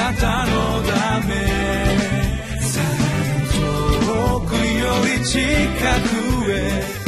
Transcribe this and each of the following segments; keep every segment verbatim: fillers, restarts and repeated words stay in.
なたのため遠くより近くへ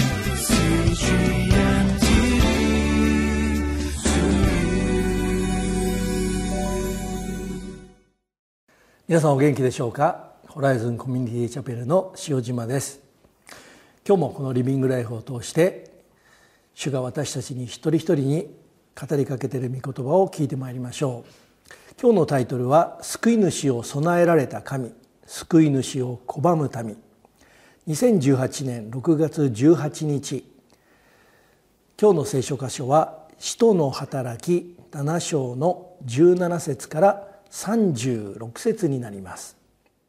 皆さんお元気でしょうか。ホライズンコミュニティチャペルの塩島です。今日もこのリビングライフを通して主が私たちに一人一人に語りかけている御言葉を聞いてまいりましょう。今日のタイトルは救い主を備えられた神、救い主を拒む民。にせんじゅうはちねんろくがつじゅうはちにち、今日の聖書箇所は使徒の働きなな章のじゅうなな節からさんじゅうろく節になります。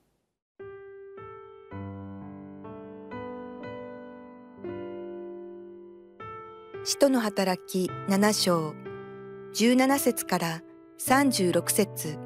使徒の働きなな章じゅうなな節からさんじゅうろく節。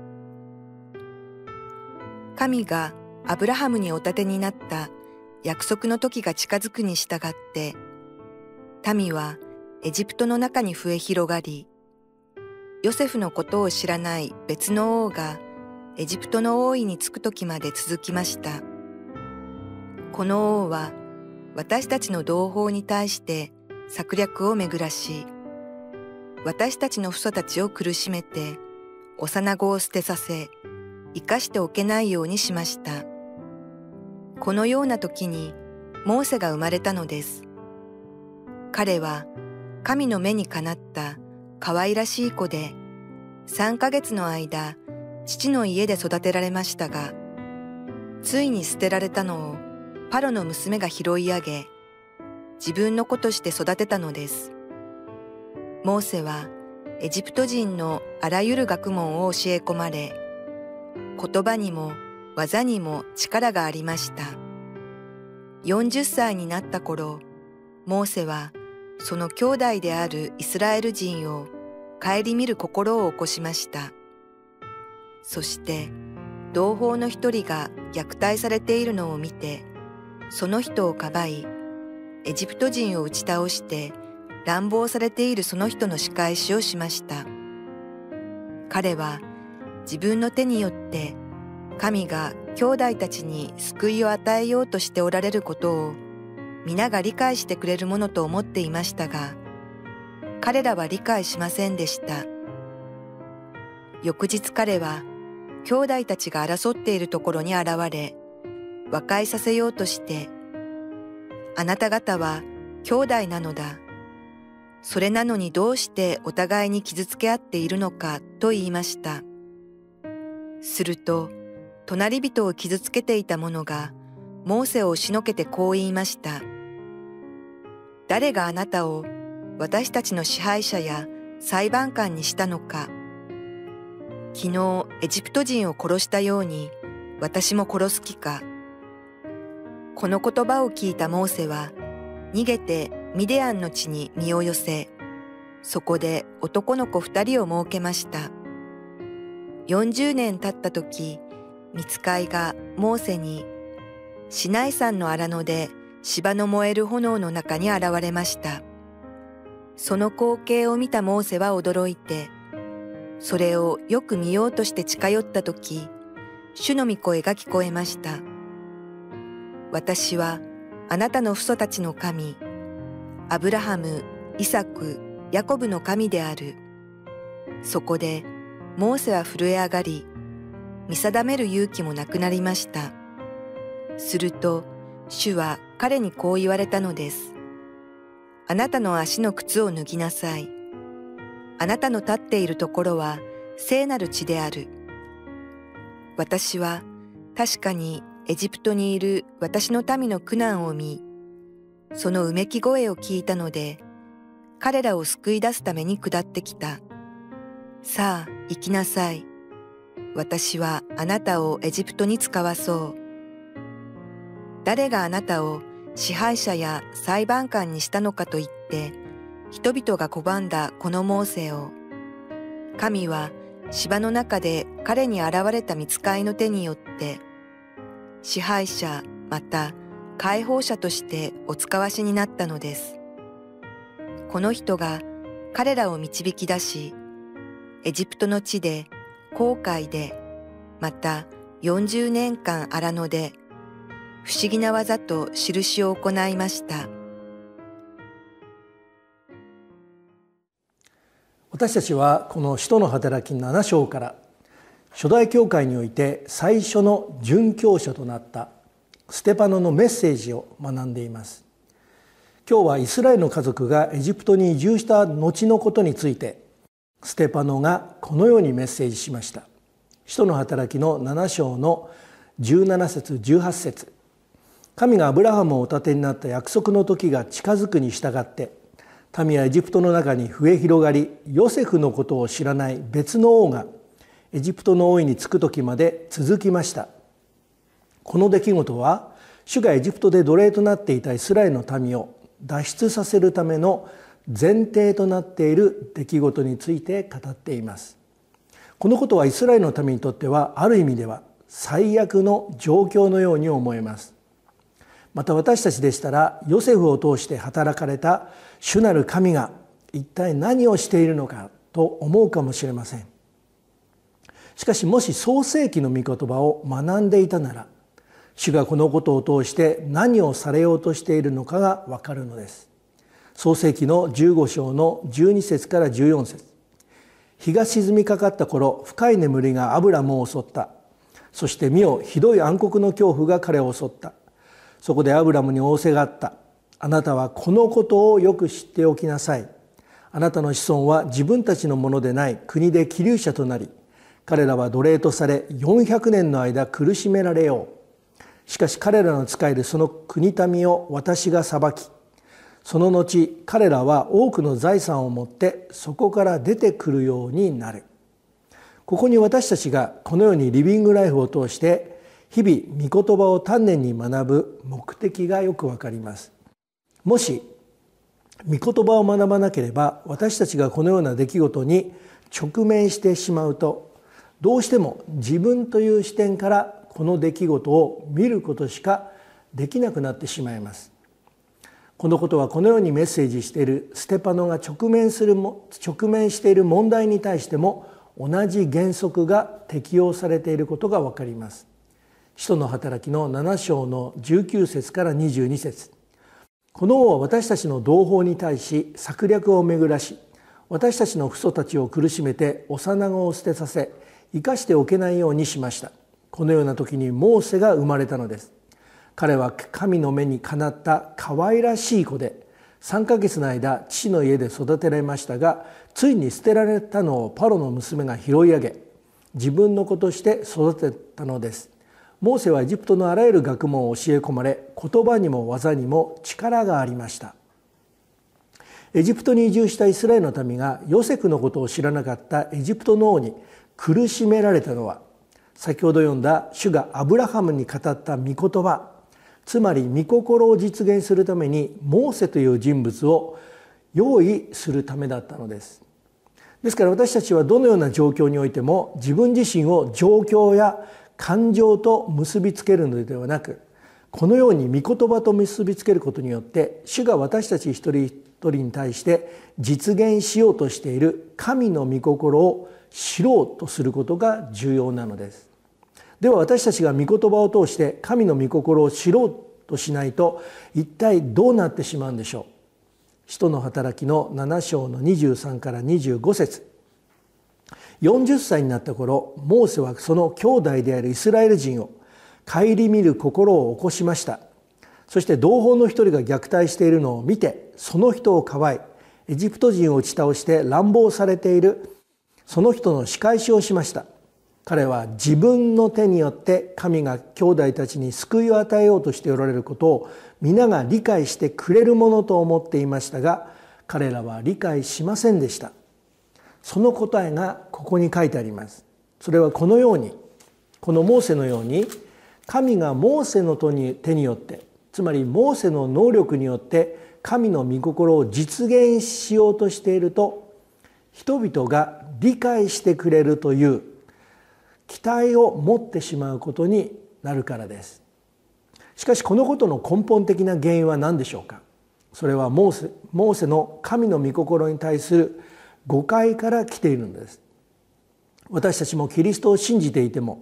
神がアブラハムにお立てになった約束の時が近づくに従って、民はエジプトの中に増え広がり、ヨセフのことを知らない別の王がエジプトの王位につく時まで続きました。この王は私たちの同胞に対して策略を巡らし、私たちの父祖たちを苦しめて幼子を捨てさせ、生かしておけないようにしました。このような時にモーセが生まれたのです。彼は神の目にかなった可愛らしい子で、さんかげつの間父の家で育てられましたが、ついに捨てられたのをパロの娘が拾い上げ、自分の子として育てたのです。モーセはエジプト人のあらゆる学問を教え込まれ、言葉にも技にも力がありました。よんじゅっさいになった頃、モーセはその兄弟であるイスラエル人を顧みる心を起こしました。そして同胞の一人が虐待されているのを見て、その人をかばい、エジプト人を打ち倒して乱暴されているその人の仕返しをしました。彼は自分の手によって神が兄弟たちに救いを与えようとしておられることを皆が理解してくれるものと思っていましたが、彼らは理解しませんでした。翌日彼は兄弟たちが争っているところに現れ、和解させようとして、あなた方は兄弟なのだ。それなのにどうしてお互いに傷つけ合っているのかと言いました。すると、隣人を傷つけていた者がモーセを押しのけてこう言いました。誰があなたを私たちの支配者や裁判官にしたのか。昨日エジプト人を殺したように私も殺す気か。この言葉を聞いたモーセは逃げてミディアンの地に身を寄せ、そこで男の子二人を設けました。よんじゅうねん経った時、御使いがモーセに、シナイ山の荒野で芝の燃える炎の中に現れました。その光景を見たモーセは驚いて、それをよく見ようとして近寄った時、主の御声が聞こえました。私はあなたの父祖たちの神、アブラハム、イサク、ヤコブの神である。そこでモーセは震え上がり、見定める勇気もなくなりました。すると主は彼にこう言われたのです。あなたの足の靴を脱ぎなさい。あなたの立っているところは聖なる地である。私は確かにエジプトにいる私の民の苦難を見、そのうめき声を聞いたので、彼らを救い出すために下ってきた。さあ行きなさい。私はあなたをエジプトに使わそう。誰があなたを支配者や裁判官にしたのかと言って、人々が拒んだこのモーセを、神は芝の中で彼に現れた御使いの手によって、支配者また解放者としてお使わしになったのです。この人が彼らを導き出し、エジプトの地で、紅海で、 またよんじゅうねんかん荒野で不思議な技と印を行いました。 私たちはこの使徒の働きなな章から初代教会において最初の殉教者となったステパノのメッセージを学んでいます。今日はイスラエルの家族がエジプトに移住した後のことについてステパノがこのようにメッセージしました。使徒の働きのなな章のじゅうなな節じゅうはち節、神がアブラハムをお立てになった約束の時が近づくに従って民はエジプトの中に増え広がり、ヨセフのことを知らない別の王がエジプトの王位につく時まで続きました。この出来事は主がエジプトで奴隷となっていたイスラエルの民を脱出させるための前提となっている出来事について語っています。このことはイスラエルの民にとってはある意味では最悪の状況のように思えます。また私たちでしたらヨセフを通して働かれた主なる神が一体何をしているのかと思うかもしれません。しかしもし創世記の御言葉を学んでいたなら、主がこのことを通して何をされようとしているのかがわかるのです。創世記のじゅうご章のじゅうに節からじゅうよん節、日が沈みかかった頃、深い眠りがアブラムを襲った。そして見よ、ひどい暗黒の恐怖が彼を襲った。そこでアブラムに仰せがあった。あなたはこのことをよく知っておきなさい。あなたの子孫は自分たちのものでない国で寄留者となり、彼らは奴隷とされよんひゃくねんの間苦しめられよう。しかし彼らの仕えるその国民を私が裁き、その後彼らは多くの財産を持ってそこから出てくるようになる。ここに私たちがこのようにリビングライフを通して日々御言葉を丹念に学ぶ目的がよくわかります。もし御言葉を学ばなければ、私たちがこのような出来事に直面してしまうと、どうしても自分という視点からこの出来事を見ることしかできなくなってしまいます。このことはこのようにメッセージしているステパノが直面するも直面している問題に対しても同じ原則が適用されていることがわかります。使徒の働きのなな章のじゅうきゅう節からにじゅうに節、この王は私たちの同胞に対し策略を巡らし、私たちの父祖たちを苦しめて幼子を捨てさせ、生かしておけないようにしました。このような時にモーセが生まれたのです。彼は神の目にかなった可愛らしい子で、さんかげつの間父の家で育てられましたが、ついに捨てられたのをパロの娘が拾い上げ、自分の子として育てたのです。モーセはエジプトのあらゆる学問を教え込まれ、言葉にも技にも力がありました。エジプトに移住したイスラエルの民がヨセフのことを知らなかったエジプトの王に苦しめられたのは、先ほど読んだ主がアブラハムに語った御言葉、つまり御心を実現するためにモーセという人物を用意するためだったのです。ですから私たちはどのような状況においても自分自身を状況や感情と結びつけるのではなく、このように御言葉と結びつけることによって主が私たち一人一人に対して実現しようとしている神の御心を知ろうとすることが重要なのです。では私たちが御言葉を通して神の御心を知ろうとしないと一体どうなってしまうんでしょう。使徒の働きのなな章のにじゅうさんからにじゅうご節、よんじゅっさいになった頃、モーセはその兄弟であるイスラエル人を顧みる心を起こしました。そして同胞の一人が虐待しているのを見て、その人をかばい、エジプト人を打ち倒して乱暴されているその人の仕返しをしました。彼は自分の手によって神が兄弟たちに救いを与えようとしておられることを皆が理解してくれるものと思っていましたが、彼らは理解しませんでした。その答えがここに書いてあります。それはこのように、このモーセのように、神がモーセの手によって、つまりモーセの能力によって神の御心を実現しようとしていると、人々が理解してくれるという期待を持ってしまうことになるからです。しかしこのことの根本的な原因は何でしょうか。それはモーセ、モーセの神の御心に対する誤解から来ているのです。私たちもキリストを信じていても、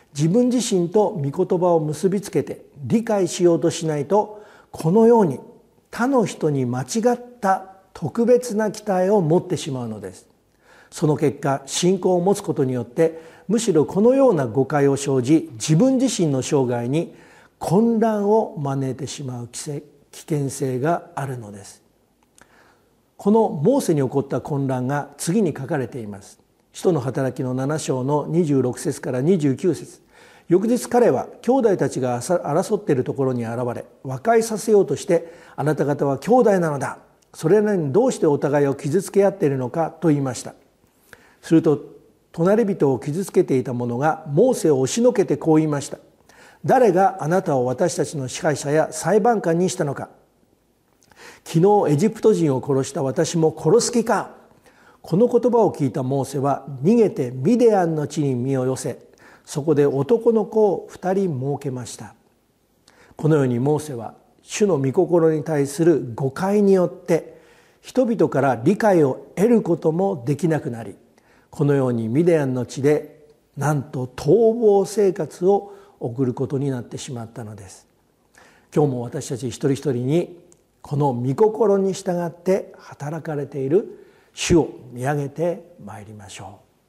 自分自身と御言葉を結びつけて理解しようとしないと、このように他の人に間違った特別な期待を持ってしまうのです。その結果、信仰を持つことによってむしろこのような誤解を生じ、自分自身の生涯に混乱を招いてしまう危険性があるのです。このモーセに起こった混乱が次に書かれています。使徒の働きのなな章のにじゅうろく節からにじゅうきゅう節。翌日彼は兄弟たちが争っているところに現れ、和解させようとして、あなた方は兄弟なのだ、それなのにどうしてお互いを傷つけ合っているのかと言いました。すると隣人を傷つけていた者がモーセを押しのけてこう言いました。誰があなたを私たちの支配者や裁判官にしたのか。昨日エジプト人を殺した私も殺す気か。この言葉を聞いたモーセは逃げてミディアンの地に身を寄せ、そこで男の子を二人設けました。このようにモーセは主の御心に対する誤解によって人々から理解を得ることもできなくなり、このようにミディアンの地でなんと逃亡生活を送ることになってしまったのです。今日も私たち一人一人にこの御心に従って働かれている主を見上げてまいりましょう。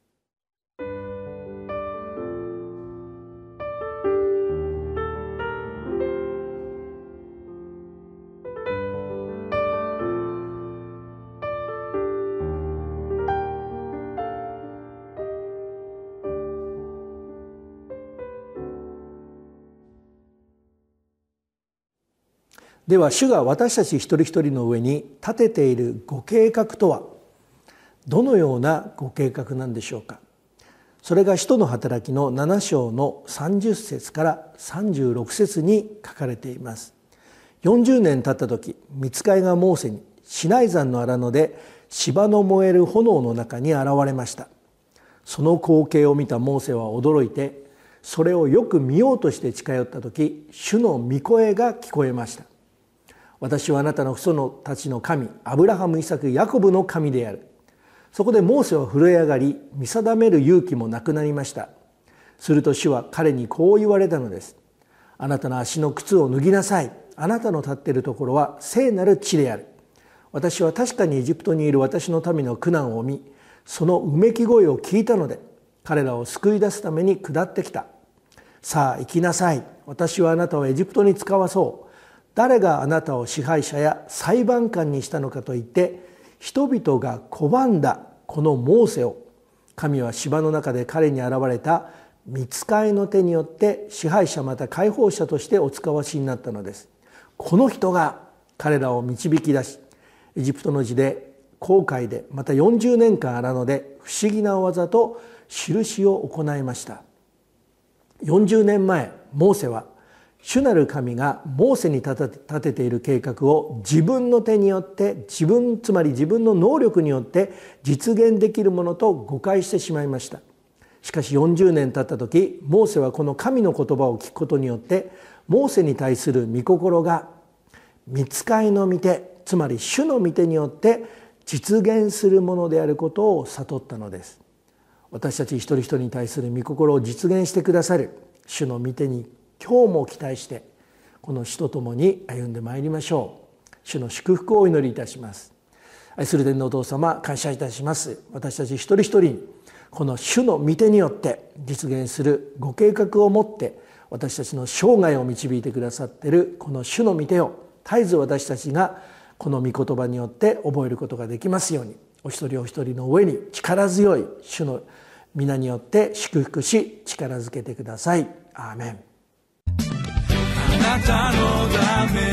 では主が私たち一人一人の上に立てているご計画とはどのようなご計画なんでしょうか。それが使徒の働きのなな章のさんじゅっ節からさんじゅうろく節に書かれています。よんじゅうねん経った時、御使いがモーセにシナイ山の荒野で芝の燃える炎の中に現れました。その光景を見たモーセは驚いて、それをよく見ようとして近寄った時、主の御声が聞こえました。私はあなたの父祖たちの神、アブラハム、イサク、ヤコブの神である。そこでモーセは震え上がり、見定める勇気もなくなりました。すると主は彼にこう言われたのです。あなたの足の靴を脱ぎなさい。あなたの立っているところは聖なる地である。私は確かにエジプトにいる私の民の苦難を見、そのうめき声を聞いたので、彼らを救い出すために下ってきた。さあ行きなさい。私はあなたをエジプトに使わそう。誰があなたを支配者や裁判官にしたのかと言って、人々が拒んだこのモーセを、神は芝の中で彼に現れた御使いの手によって支配者また解放者としてお使わしになったのです。この人が彼らを導き出し、エジプトの地で紅海でまたよんじゅうねんかん荒野で不思議な技と印を行いました。よんじゅうねんまえ、モーセは主なる神がモーセに立てている計画を自分の手によって自分つまり自分の能力によって実現できるものと誤解してしまいました。しかしよんじゅうねん経った時、モーセはこの神の言葉を聞くことによってモーセに対する御心が御使いの御手、つまり主の御手によって実現するものであることを悟ったのです。私たち一人一人に対する御心を実現してくださる主の御手に今日も期待してこの主と共に歩んでまいりましょう。主の祝福をお祈りいたします。愛する天のお父様、感謝いたします。私たち一人一人にこの主の御手によって実現するご計画を持って私たちの生涯を導いてくださっているこの主の御手を絶えず私たちがこの御言葉によって覚えることができますように、お一人お一人の上に力強い主の皆によって祝福し力づけてください。アーメン。 あなたのため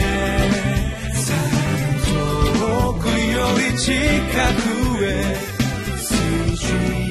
遠くより近くへ